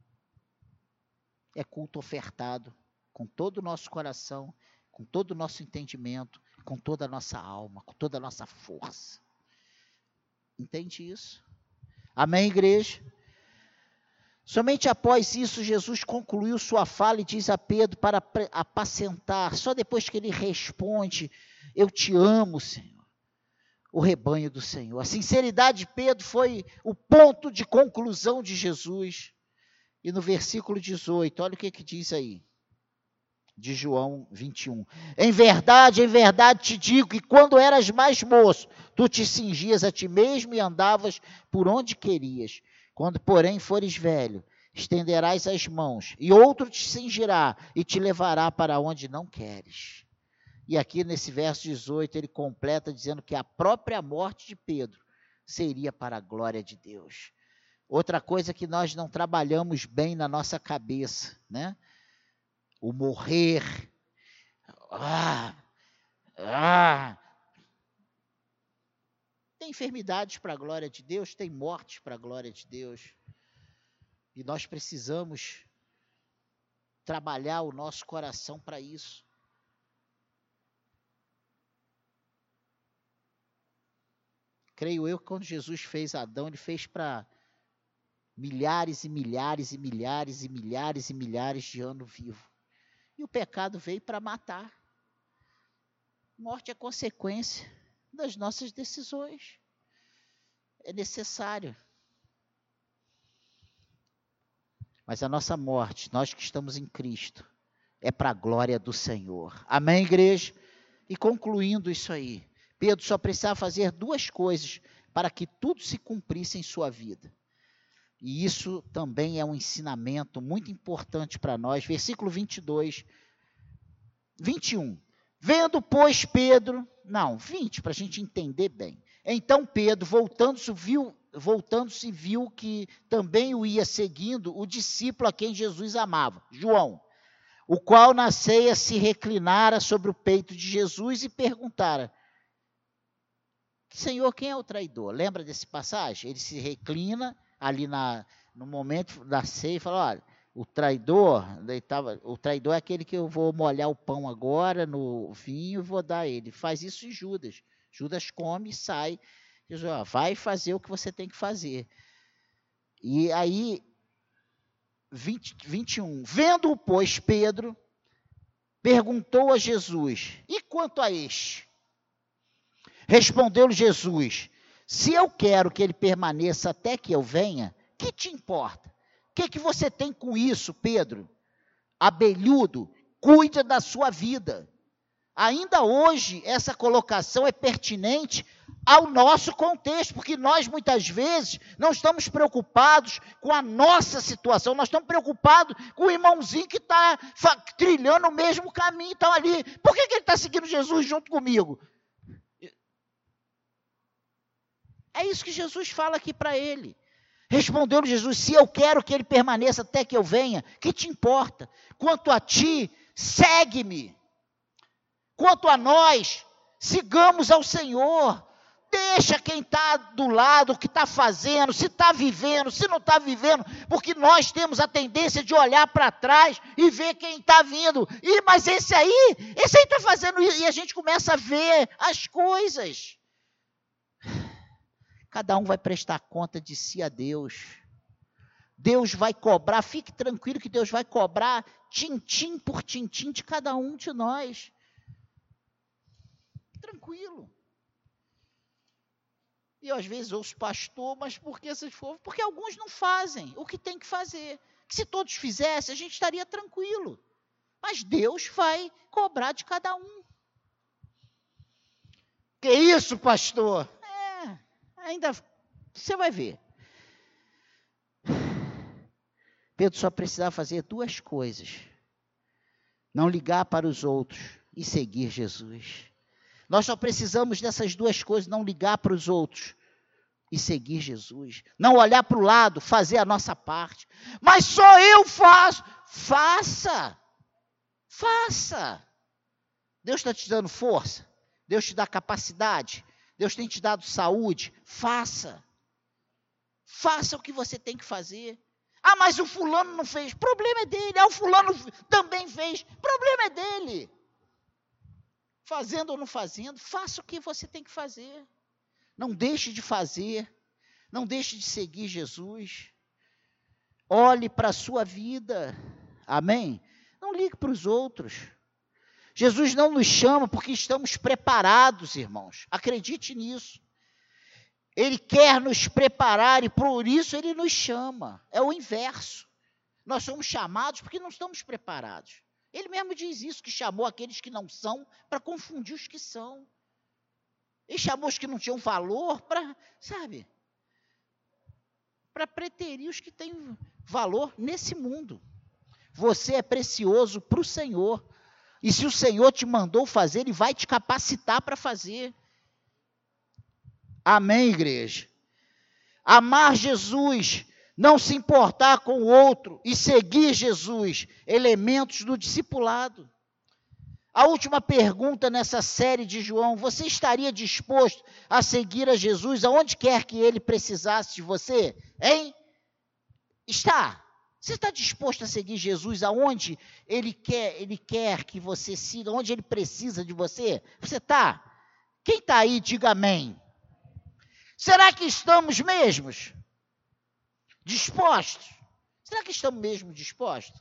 é culto ofertado com todo o nosso coração, com todo o nosso entendimento, com toda a nossa alma, com toda a nossa força. Entende isso? Amém, igreja? Somente após isso, Jesus concluiu sua fala e diz a Pedro para apacentar, só depois que ele responde: eu te amo, Senhor, o rebanho do Senhor. A sinceridade de Pedro foi o ponto de conclusão de Jesus. E no versículo 18, olha o que diz aí, de João 21. Em verdade te digo que quando eras mais moço, tu te cingias a ti mesmo e andavas por onde querias. Quando, porém, fores velho, estenderás as mãos, e outro te cingirá e te levará para onde não queres. E aqui nesse verso 18, ele completa dizendo que a própria morte de Pedro seria para a glória de Deus. Outra coisa que nós não trabalhamos bem na nossa cabeça, né? O morrer. Tem enfermidades para a glória de Deus, tem mortes para a glória de Deus. E nós precisamos trabalhar o nosso coração para isso. Creio eu que quando Jesus fez Adão, ele fez para milhares e milhares e milhares e milhares e milhares de anos vivos. E o pecado veio para matar. Morte é consequência das nossas decisões. É necessário. Mas a nossa morte, nós que estamos em Cristo, é para a glória do Senhor. Amém, igreja? E concluindo isso aí, Pedro só precisava fazer 2 coisas para que tudo se cumprisse em sua vida. E isso também é um ensinamento muito importante para nós. Versículo 22, 21. Vendo, pois, Pedro... Não, 20, para a gente entender bem. Então Pedro, voltando-se, viu que também o ia seguindo o discípulo a quem Jesus amava, João, o qual na ceia se reclinara sobre o peito de Jesus e perguntara: Senhor, quem é o traidor? Lembra desse passagem? Ele se reclina ali no momento da ceia e fala: olha, o traidor é aquele que eu vou molhar o pão agora no vinho e vou dar a ele. Faz isso em Judas. Judas come e sai. Jesus, vai fazer o que você tem que fazer. E aí, 21. Vendo-o, pois, Pedro perguntou a Jesus: e quanto a este? Respondeu-lhe Jesus: se eu quero que ele permaneça até que eu venha, que te importa? O que você tem com isso, Pedro? Abelhudo, cuida da sua vida. Ainda hoje, essa colocação é pertinente ao nosso contexto, porque nós, muitas vezes, não estamos preocupados com a nossa situação, nós estamos preocupados com o irmãozinho que está trilhando o mesmo caminho, então ali, por que ele está seguindo Jesus junto comigo? É isso que Jesus fala aqui para ele. Respondeu-lhe Jesus: se eu quero que ele permaneça até que eu venha, que te importa? Quanto a ti, segue-me. Quanto a nós, sigamos ao Senhor. Deixa quem está do lado, o que está fazendo, se está vivendo, se não está vivendo, porque nós temos a tendência de olhar para trás e ver quem está vindo. Mas esse aí está fazendo isso, e a gente começa a ver as coisas. Cada um vai prestar conta de si a Deus. Deus vai cobrar, fique tranquilo que Deus vai cobrar tintim por tintim de cada um de nós. Tranquilo. E eu, às vezes, ouço pastor, mas por que vocês foram? Porque alguns não fazem o que tem que fazer. Que se todos fizessem, a gente estaria tranquilo. Mas Deus vai cobrar de cada um. Que isso, pastor? Ainda você vai ver. Pedro só precisava fazer duas coisas: não ligar para os outros e seguir Jesus. Nós só precisamos dessas duas coisas: não ligar para os outros e seguir Jesus. Não olhar para o lado, fazer a nossa parte. Mas só eu faço. Faça. Deus está te dando força. Deus te dá capacidade. Deus tem te dado saúde. Faça o que você tem que fazer. Mas o fulano não fez. Problema é dele. O fulano também fez. Problema é dele. Fazendo ou não fazendo, faça o que você tem que fazer. Não deixe de fazer. Não deixe de seguir Jesus. Olhe para a sua vida. Amém? Não ligue para os outros. Jesus não nos chama porque estamos preparados, irmãos. Acredite nisso. Ele quer nos preparar e por isso ele nos chama. É o inverso. Nós somos chamados porque não estamos preparados. Ele mesmo diz isso, que chamou aqueles que não são para confundir os que são. Ele chamou os que não tinham valor para preterir os que têm valor nesse mundo. Você é precioso para o Senhor. E se o Senhor te mandou fazer, Ele vai te capacitar para fazer. Amém, igreja? Amar Jesus, não se importar com o outro e seguir Jesus, elementos do discipulado. A última pergunta nessa série de João: você estaria disposto a seguir a Jesus aonde quer que Ele precisasse de você? Hein? Está? Você está disposto a seguir Jesus aonde Ele quer que você siga, onde Ele precisa de você? Você está? Quem está aí, diga amém. Será que estamos mesmos dispostos? Será que estamos mesmo dispostos?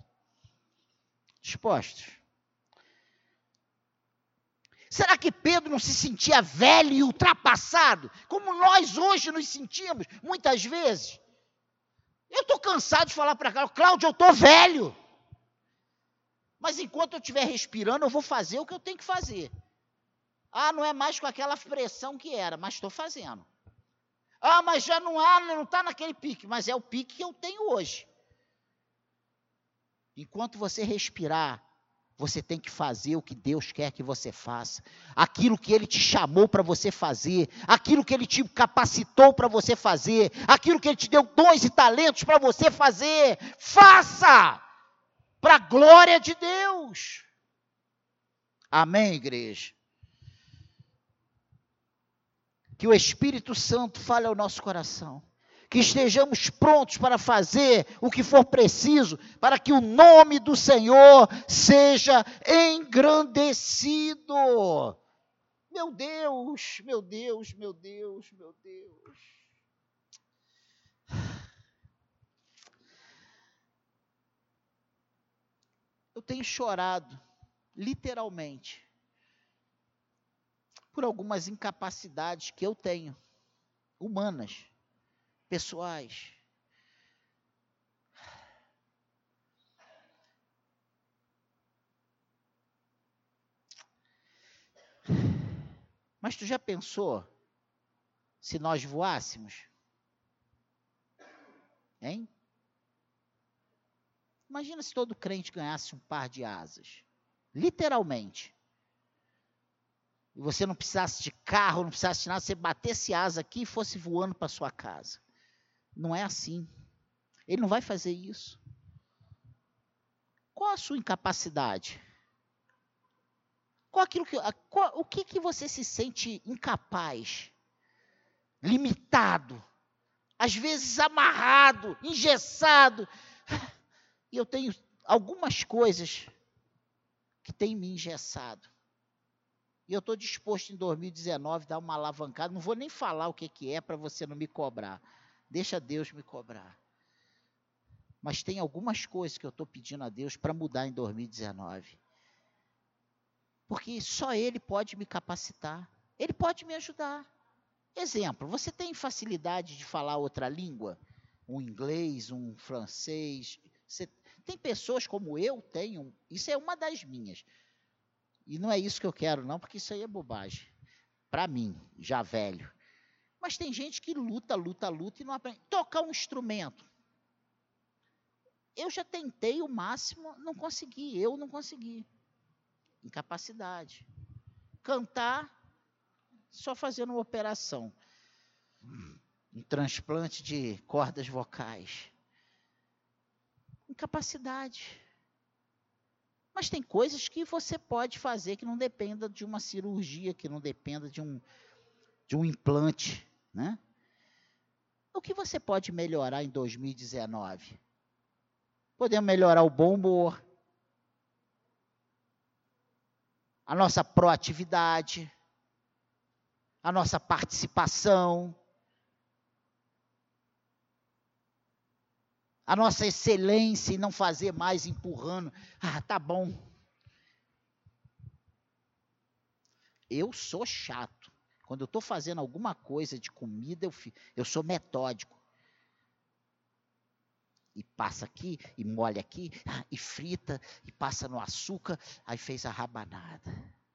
Será que Pedro não se sentia velho e ultrapassado, como nós hoje nos sentimos, muitas vezes? Eu estou cansado de falar para Cláudio, eu estou velho. Mas enquanto eu estiver respirando, eu vou fazer o que eu tenho que fazer. Não é mais com aquela pressão que era, mas estou fazendo. Mas já não está naquele pique, mas é o pique que eu tenho hoje. Enquanto você respirar, Você tem que fazer o que Deus quer que você faça. Aquilo que Ele te chamou para você fazer. Aquilo que Ele te capacitou para você fazer. Aquilo que Ele te deu dons e talentos para você fazer. Faça! Para a glória de Deus. Amém, igreja? Que o Espírito Santo fale ao nosso coração. Que estejamos prontos para fazer o que for preciso, para que o nome do Senhor seja engrandecido. Meu Deus, meu Deus, meu Deus, meu Deus. Eu tenho chorado, literalmente, por algumas incapacidades que eu tenho, humanas, pessoais. Mas tu já pensou se nós voássemos? Hein? Imagina se todo crente ganhasse um par de asas. Literalmente. E você não precisasse de carro, não precisasse de nada, você batesse asa aqui e fosse voando para sua casa. Não é assim. Ele não vai fazer isso. Qual a sua incapacidade? O que você se sente incapaz, limitado, às vezes amarrado, engessado? E eu tenho algumas coisas que têm me engessado. E eu estou disposto em 2019 a dar uma alavancada. Não vou nem falar o que é para você não me cobrar. Deixa Deus me cobrar. Mas tem algumas coisas que eu estou pedindo a Deus para mudar em 2019. Porque só Ele pode me capacitar. Ele pode me ajudar. Exemplo, você tem facilidade de falar outra língua? Um inglês, um francês. Tem pessoas como eu tenho. Isso é uma das minhas. E não é isso que eu quero, não, porque isso aí é bobagem. Para mim, já velho. Mas tem gente que luta e não aprende. Tocar um instrumento. Eu já tentei o máximo, não consegui. Eu não consegui. Incapacidade. Cantar, só fazendo uma operação. Um transplante de cordas vocais. Incapacidade. Mas tem coisas que você pode fazer que não dependa de uma cirurgia, que não dependa de um implante, né? O que você pode melhorar em 2019? Podemos melhorar o bom humor, a nossa proatividade, a nossa participação, a nossa excelência em não fazer mais empurrando. Ah, tá bom. Eu sou chato. Quando eu estou fazendo alguma coisa de comida, eu sou metódico. E passa aqui, e molha aqui, e frita, e passa no açúcar, aí fez a rabanada.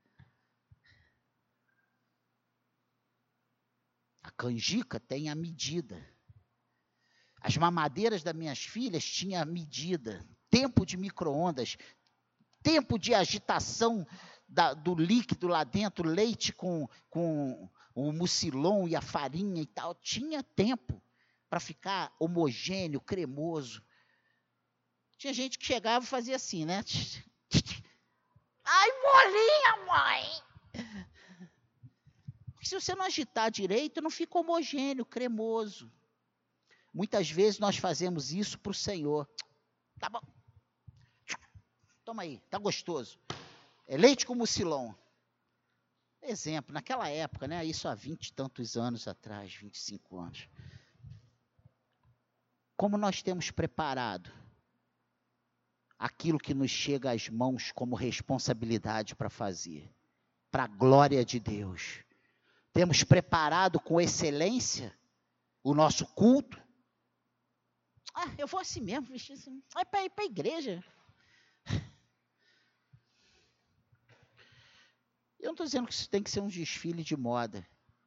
A canjica tem a medida. As mamadeiras das minhas filhas tinham a medida. Tempo de micro-ondas, tempo de agitação do líquido lá dentro, leite com o mucilon e a farinha e tal. Tinha tempo para ficar homogêneo, cremoso. Tinha gente que chegava e fazia assim, né? Ai, molinha, mãe! Porque se você não agitar direito, não fica homogêneo, cremoso. Muitas vezes nós fazemos isso para o Senhor. Tá bom. Toma aí, tá gostoso. É leite com mucilon. Exemplo, naquela época, né? Isso há 20 e tantos anos atrás, 25 anos. Como nós temos preparado aquilo que nos chega às mãos como responsabilidade para fazer, para a glória de Deus. Temos preparado com excelência o nosso culto. Ah, eu vou assim mesmo, vestir assim. É para ir para a igreja. Eu não estou dizendo que isso tem que ser um desfile de moda.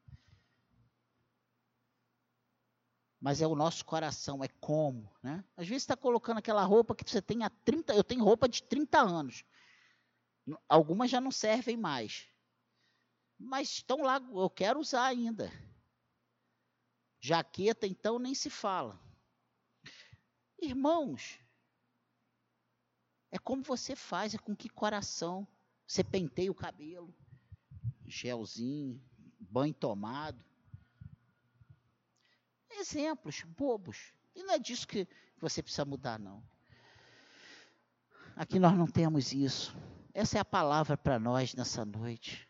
Mas é o nosso coração, é como, né? Às vezes você está colocando aquela roupa que você tem há 30, eu tenho roupa de 30 anos. Algumas já não servem mais. Mas estão lá, eu quero usar ainda. Jaqueta, então, nem se fala. Irmãos, é como você faz, é com que coração. Você penteia o cabelo, gelzinho, banho tomado. Exemplos bobos. E não é disso que você precisa mudar, não. Aqui nós não temos isso. Essa é a palavra para nós nessa noite.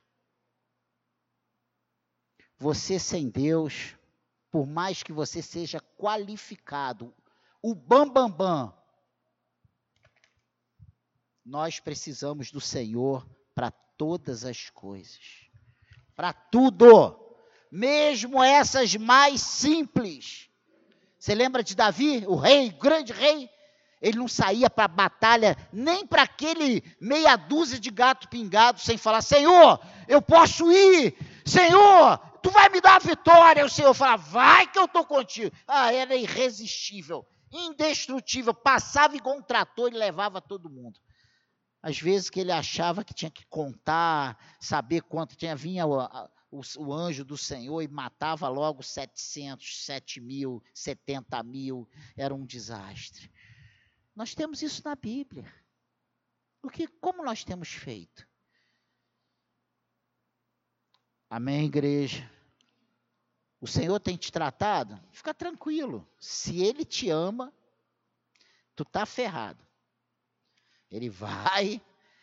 Você sem Deus, por mais que você seja qualificado, o bambambam, nós precisamos do Senhor para todas as coisas. Para tudo. Mesmo essas mais simples. Você lembra de Davi, o rei, o grande rei? Ele não saía para a batalha, nem para aquele meia dúzia de gato pingado, sem falar, Senhor, eu posso ir, Senhor, tu vai me dar a vitória. O Senhor fala, vai que eu estou contigo. Era irresistível, indestrutível, passava igual um trator e levava todo mundo. Às vezes que ele achava que tinha que contar, saber quanto tinha, vinha o anjo do Senhor e matava logo 700, 7 mil, 70 mil, era um desastre. Nós temos isso na Bíblia. Como nós temos feito? Amém, igreja? O Senhor tem te tratado? Fica tranquilo. Se Ele te ama, tu tá ferrado. Ele vai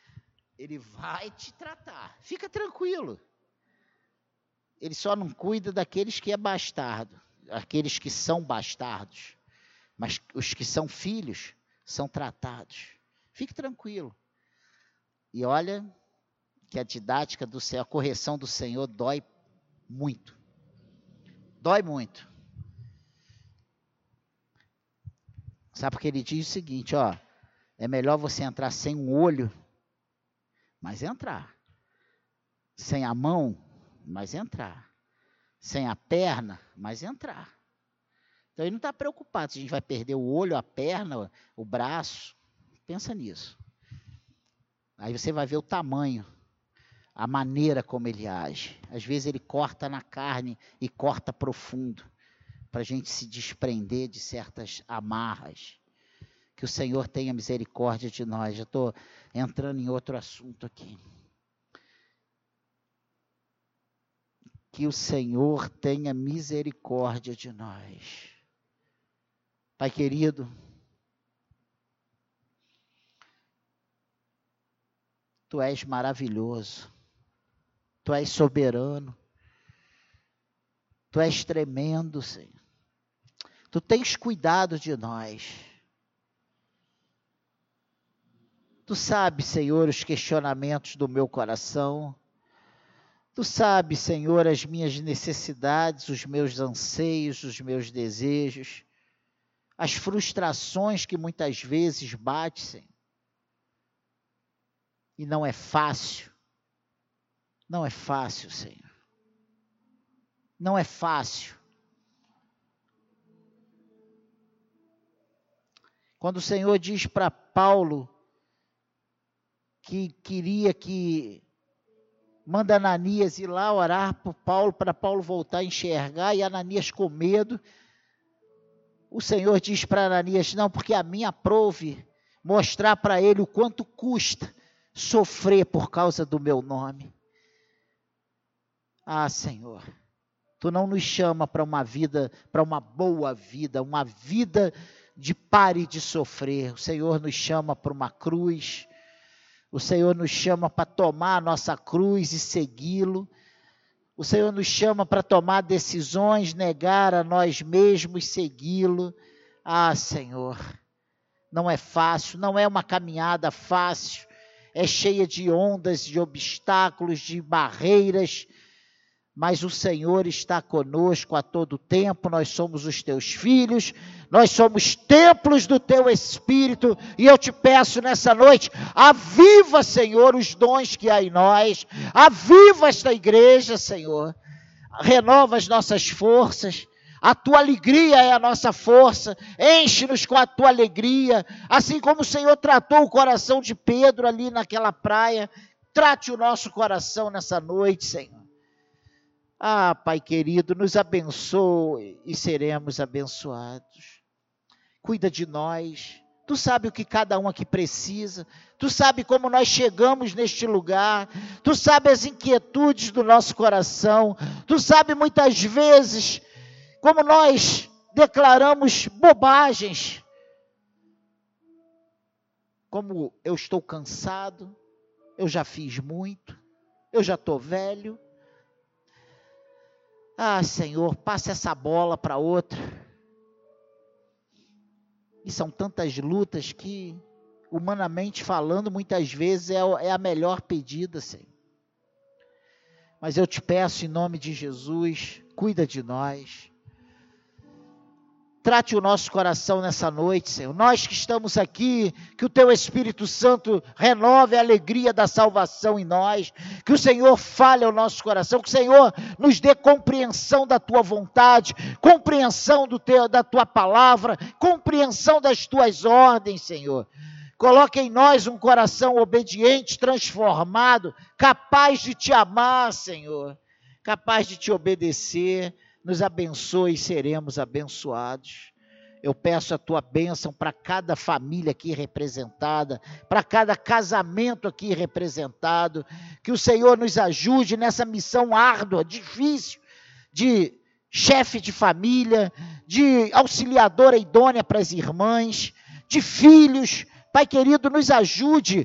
te tratar. Fica tranquilo. Ele só não cuida daqueles que é bastardo, aqueles que são bastardos. Mas os que são filhos são tratados. Fique tranquilo. E olha que a didática do Senhor, a correção do Senhor dói muito. Dói muito. Sabe porque ele diz o seguinte, é melhor você entrar sem um olho, mas entrar. Sem a mão, mas entrar. Sem a perna, mas entrar. Então ele não está preocupado se a gente vai perder o olho, a perna, o braço. Pensa nisso. Aí você vai ver o tamanho, a maneira como ele age. Às vezes ele corta na carne e corta profundo, para a gente se desprender de certas amarras. Que o Senhor tenha misericórdia de nós. Já estou entrando em outro assunto aqui. Que o Senhor tenha misericórdia de nós. Pai querido, Tu és maravilhoso, Tu és soberano, Tu és tremendo, Senhor. Tu tens cuidado de nós. Tu sabes, Senhor, os questionamentos do meu coração. Tu sabes, Senhor, as minhas necessidades, os meus anseios, os meus desejos, as frustrações que muitas vezes batem, Senhor. E não é fácil. Não é fácil, Senhor. Não é fácil. Quando o Senhor diz para Paulo que queria que manda Ananias ir lá orar por Paulo, para Paulo voltar a enxergar, e Ananias com medo, o Senhor diz para Ananias, não, porque a mim aprouve mostrar para ele o quanto custa sofrer por causa do meu nome. Senhor, Tu não nos chama para uma vida, para uma boa vida, uma vida de pare de sofrer. O Senhor nos chama para uma cruz. O Senhor nos chama para tomar a nossa cruz e segui-lo. O Senhor nos chama para tomar decisões, negar a nós mesmos, segui-lo. Senhor, não é fácil, não é uma caminhada fácil. É cheia de ondas, de obstáculos, de barreiras. Mas o Senhor está conosco a todo tempo, nós somos os Teus filhos, nós somos templos do Teu Espírito, e eu te peço nessa noite, aviva, Senhor, os dons que há em nós, aviva esta igreja, Senhor, renova as nossas forças, A tua alegria é a nossa força, enche-nos com a tua alegria, assim como o Senhor tratou o coração de Pedro ali naquela praia, trate o nosso coração nessa noite, Senhor. Ah, Pai querido, nos abençoe e seremos abençoados. Cuida de nós, tu sabe o que cada um aqui precisa, tu sabe como nós chegamos neste lugar, tu sabe as inquietudes do nosso coração, tu sabe muitas vezes como nós declaramos bobagens, como eu estou cansado, eu já fiz muito, eu já estou velho. Ah, Senhor, passa essa bola para outra. E são tantas lutas que, humanamente falando, muitas vezes é a melhor pedida, Senhor. Mas eu te peço em nome de Jesus, cuida de nós. Trate o nosso coração nessa noite, Senhor. Nós que estamos aqui, que o Teu Espírito Santo renove a alegria da salvação em nós, que o Senhor fale ao nosso coração, que o Senhor nos dê compreensão da Tua vontade, compreensão da Tua palavra, compreensão das Tuas ordens, Senhor. Coloque em nós um coração obediente, transformado, capaz de Te amar, Senhor, capaz de Te obedecer. Nos abençoe e seremos abençoados. Eu peço a tua bênção para cada família aqui representada, para cada casamento aqui representado, que o Senhor nos ajude nessa missão árdua, difícil, de chefe de família, de auxiliadora idônea para as irmãs, de filhos. Pai querido, nos ajude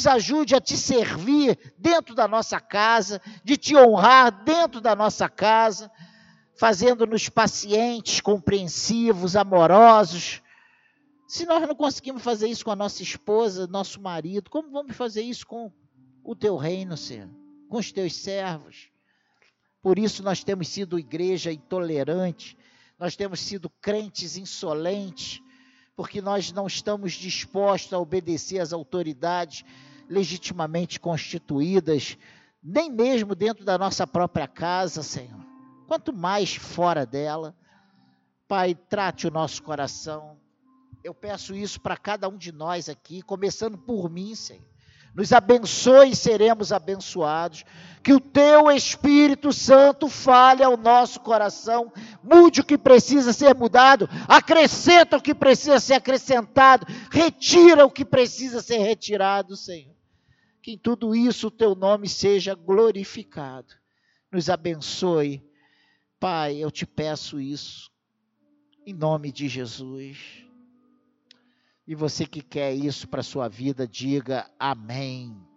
a te servir dentro da nossa casa, de te honrar dentro da nossa casa, fazendo-nos pacientes, compreensivos, amorosos. Se nós não conseguimos fazer isso com a nossa esposa, nosso marido, como vamos fazer isso com o teu reino, Senhor? Com os teus servos? Por isso nós temos sido igreja intolerante, nós temos sido crentes insolentes, porque nós não estamos dispostos a obedecer às autoridades legitimamente constituídas, nem mesmo dentro da nossa própria casa, Senhor. Quanto mais fora dela. Pai, trate o nosso coração. Eu peço isso para cada um de nós aqui, começando por mim, Senhor. Nos abençoe e seremos abençoados. Que o Teu Espírito Santo fale ao nosso coração. Mude o que precisa ser mudado. Acrescenta o que precisa ser acrescentado. Retira o que precisa ser retirado, Senhor. Que em tudo isso o Teu nome seja glorificado. Nos abençoe. Pai, eu te peço isso, em nome de Jesus. E você que quer isso para a sua vida, diga amém.